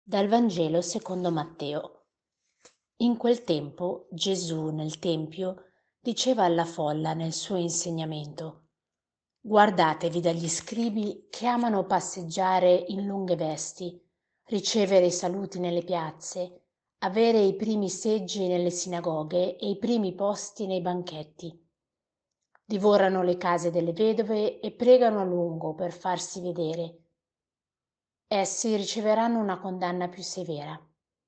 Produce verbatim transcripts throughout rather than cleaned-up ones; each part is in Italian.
Dal Vangelo secondo Matteo. In quel tempo Gesù nel Tempio diceva alla folla nel suo insegnamento: Guardatevi dagli scribi che amano passeggiare in lunghe vesti, ricevere i saluti nelle piazze, avere i primi seggi nelle sinagoghe e i primi posti nei banchetti. Divorano le case delle vedove e pregano a lungo per farsi vedere. Essi riceveranno una condanna più severa.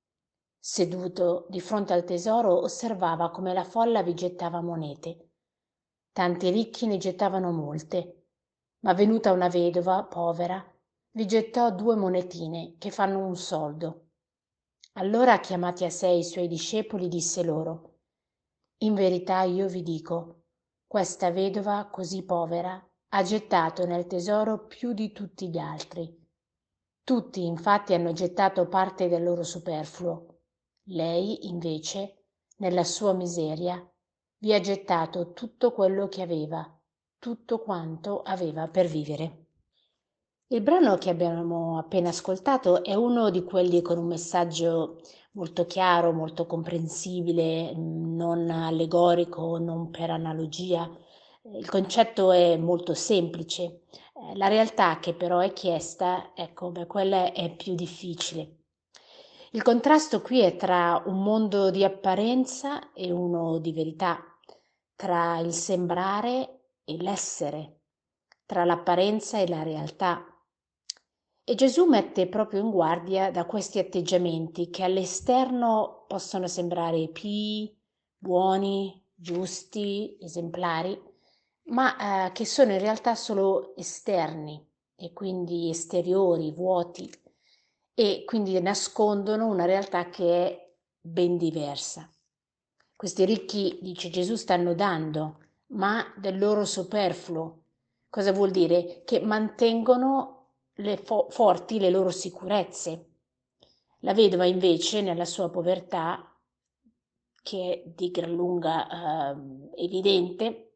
Seduto di fronte al tesoro osservava come la folla vi gettava monete. Tanti ricchi ne gettavano molte, ma venuta una vedova povera vi gettò due monetine che fanno un soldo. Allora, chiamati a sé i suoi discepoli, disse loro: In verità io vi dico, questa vedova così povera ha gettato nel tesoro più di tutti gli altri. Tutti infatti hanno gettato parte del loro superfluo. Lei, invece, nella sua miseria, vi ha gettato tutto quello che aveva, tutto quanto aveva per vivere. Il brano che abbiamo appena ascoltato è uno di quelli con un messaggio molto chiaro, molto comprensibile, non allegorico, non per analogia. Il concetto è molto semplice. Eh, La realtà che però è chiesta, ecco, beh, quella è più difficile. Il contrasto qui è tra un mondo di apparenza e uno di verità, tra il sembrare e l'essere, tra l'apparenza e la realtà. E Gesù mette proprio in guardia da questi atteggiamenti che all'esterno possono sembrare pii, buoni, giusti, esemplari, ma eh, che sono in realtà solo esterni e quindi esteriori, vuoti, e quindi nascondono una realtà che è ben diversa. Questi ricchi, dice Gesù, stanno dando, ma del loro superfluo. Cosa vuol dire? Che mantengono le fo- forti le loro sicurezze. La vedova invece, nella sua povertà, che è di gran lunga eh, evidente,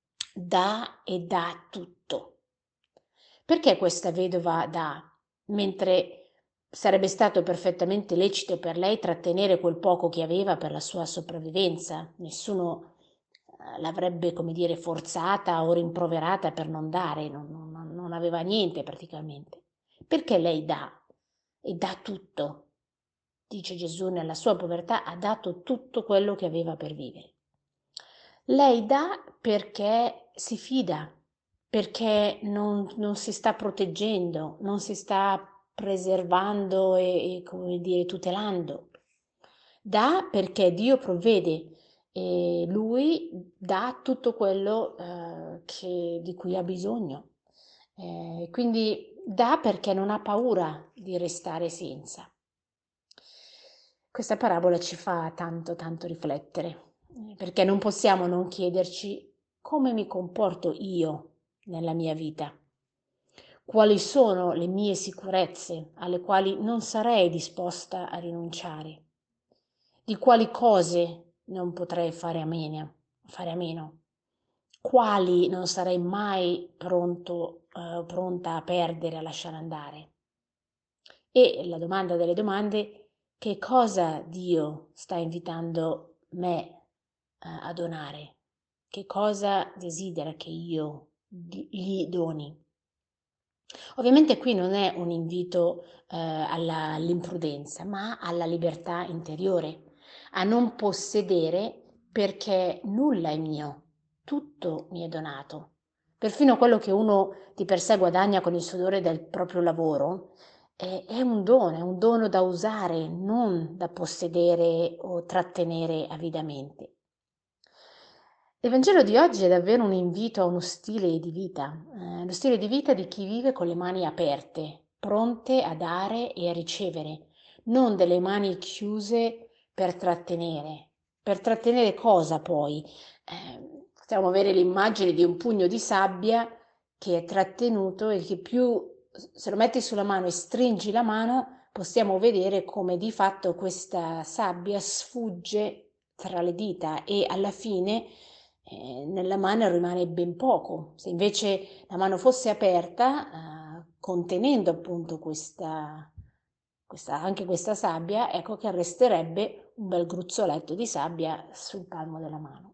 dà e dà tutto. Perché questa vedova dà, mentre sarebbe stato perfettamente lecito per lei trattenere quel poco che aveva per la sua sopravvivenza? Nessuno eh, l'avrebbe, come dire, forzata o rimproverata per non dare, non, non- non aveva niente praticamente. Perché lei dà e dà tutto? Dice Gesù, nella sua povertà ha dato tutto quello che aveva per vivere. Lei dà perché si fida, perché non, non si sta proteggendo, non si sta preservando e, e, come dire, tutelando. Dà perché Dio provvede e Lui dà tutto quello eh, che- di cui ha bisogno. Eh, quindi dà perché non ha paura di restare senza. Questa parabola ci fa tanto, tanto riflettere, eh, perché non possiamo non chiederci come mi comporto io nella mia vita, quali sono le mie sicurezze alle quali non sarei disposta a rinunciare, di quali cose non potrei fare a meno, fare a meno, quali non sarei mai pronto, eh, pronta a perdere, a lasciare andare. E la domanda delle domande: che cosa Dio sta invitando me eh, a donare? Che cosa desidera che io di- gli doni? Ovviamente qui non è un invito eh, alla- all'imprudenza, ma alla libertà interiore, a non possedere perché nulla è mio, tutto mi è donato. Perfino quello che uno di per sé guadagna con il sudore del proprio lavoro è, è un dono, è un dono da usare, non da possedere o trattenere avidamente. Il Vangelo di oggi è davvero un invito a uno stile di vita, eh, lo stile di vita di chi vive con le mani aperte, pronte a dare e a ricevere, non delle mani chiuse per trattenere. Per trattenere cosa poi? Eh, possiamo avere l'immagine di un pugno di sabbia che è trattenuto e che più se lo metti sulla mano e stringi la mano, possiamo vedere come di fatto questa sabbia sfugge tra le dita e alla fine eh, nella mano rimane ben poco. Se invece la mano fosse aperta, eh, contenendo appunto questa, questa, anche questa sabbia, ecco che resterebbe un bel gruzzoletto di sabbia sul palmo della mano.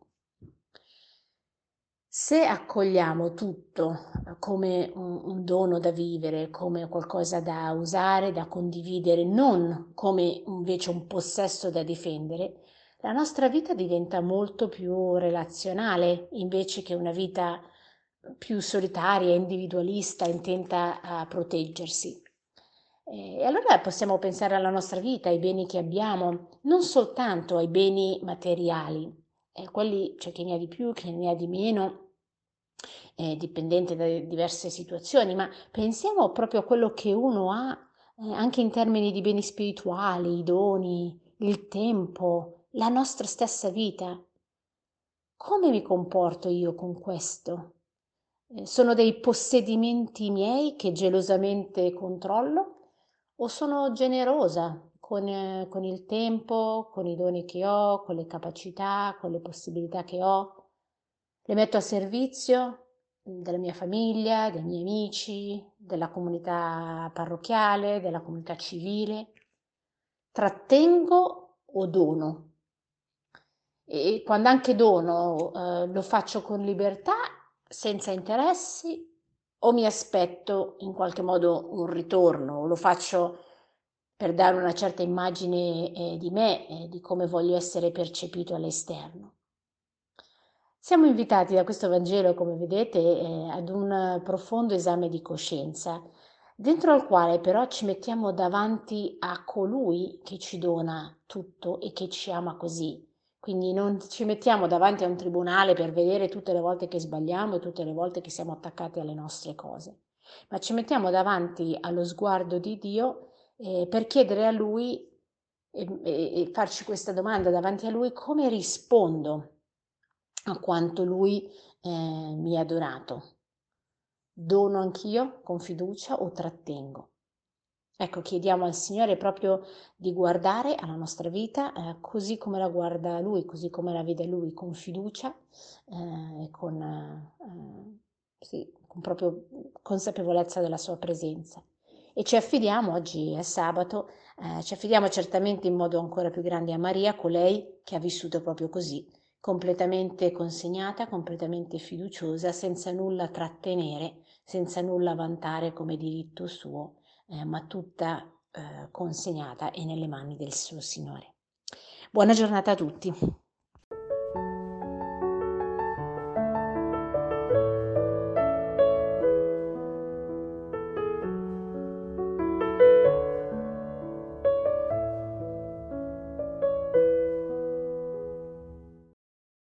Se accogliamo tutto come un, un dono da vivere, come qualcosa da usare, da condividere, non come invece un possesso da difendere, la nostra vita diventa molto più relazionale invece che una vita più solitaria, individualista, intenta a proteggersi. E allora possiamo pensare alla nostra vita, ai beni che abbiamo, non soltanto ai beni materiali, eh, quelli c'è chi ne ha di più, chi ne ha di meno, eh, dipendente da diverse situazioni, ma pensiamo proprio a quello che uno ha eh, anche in termini di beni spirituali, i doni, il tempo, la nostra stessa vita. Come mi comporto io con questo? Eh, sono dei possedimenti miei che gelosamente controllo o sono generosa con, eh, con il tempo, con i doni che ho, con le capacità, con le possibilità che ho? Le metto a servizio della mia famiglia, dei miei amici, della comunità parrocchiale, della comunità civile? Trattengo o dono? E quando anche dono, eh, lo faccio con libertà, senza interessi, o mi aspetto in qualche modo un ritorno, o lo faccio per dare una certa immagine eh, di me e di come voglio essere percepito all'esterno. Siamo invitati da questo Vangelo, come vedete, eh, ad un profondo esame di coscienza, dentro al quale però ci mettiamo davanti a colui che ci dona tutto e che ci ama così. Quindi non ci mettiamo davanti a un tribunale per vedere tutte le volte che sbagliamo e tutte le volte che siamo attaccati alle nostre cose, ma ci mettiamo davanti allo sguardo di Dio eh, per chiedere a Lui e, e, e farci questa domanda davanti a Lui: come rispondo a quanto Lui eh, mi ha donato? Dono anch'io con fiducia o trattengo? Ecco, chiediamo al Signore proprio di guardare alla nostra vita eh, così come la guarda Lui, così come la vede Lui, con fiducia eh, e con, eh, sì, con proprio consapevolezza della sua presenza. E ci affidiamo, oggi è sabato, eh, ci affidiamo certamente in modo ancora più grande a Maria, colei che ha vissuto proprio così, completamente consegnata, completamente fiduciosa, senza nulla trattenere, senza nulla vantare come diritto suo, eh, ma tutta eh, consegnata e nelle mani del suo Signore. Buona giornata a tutti.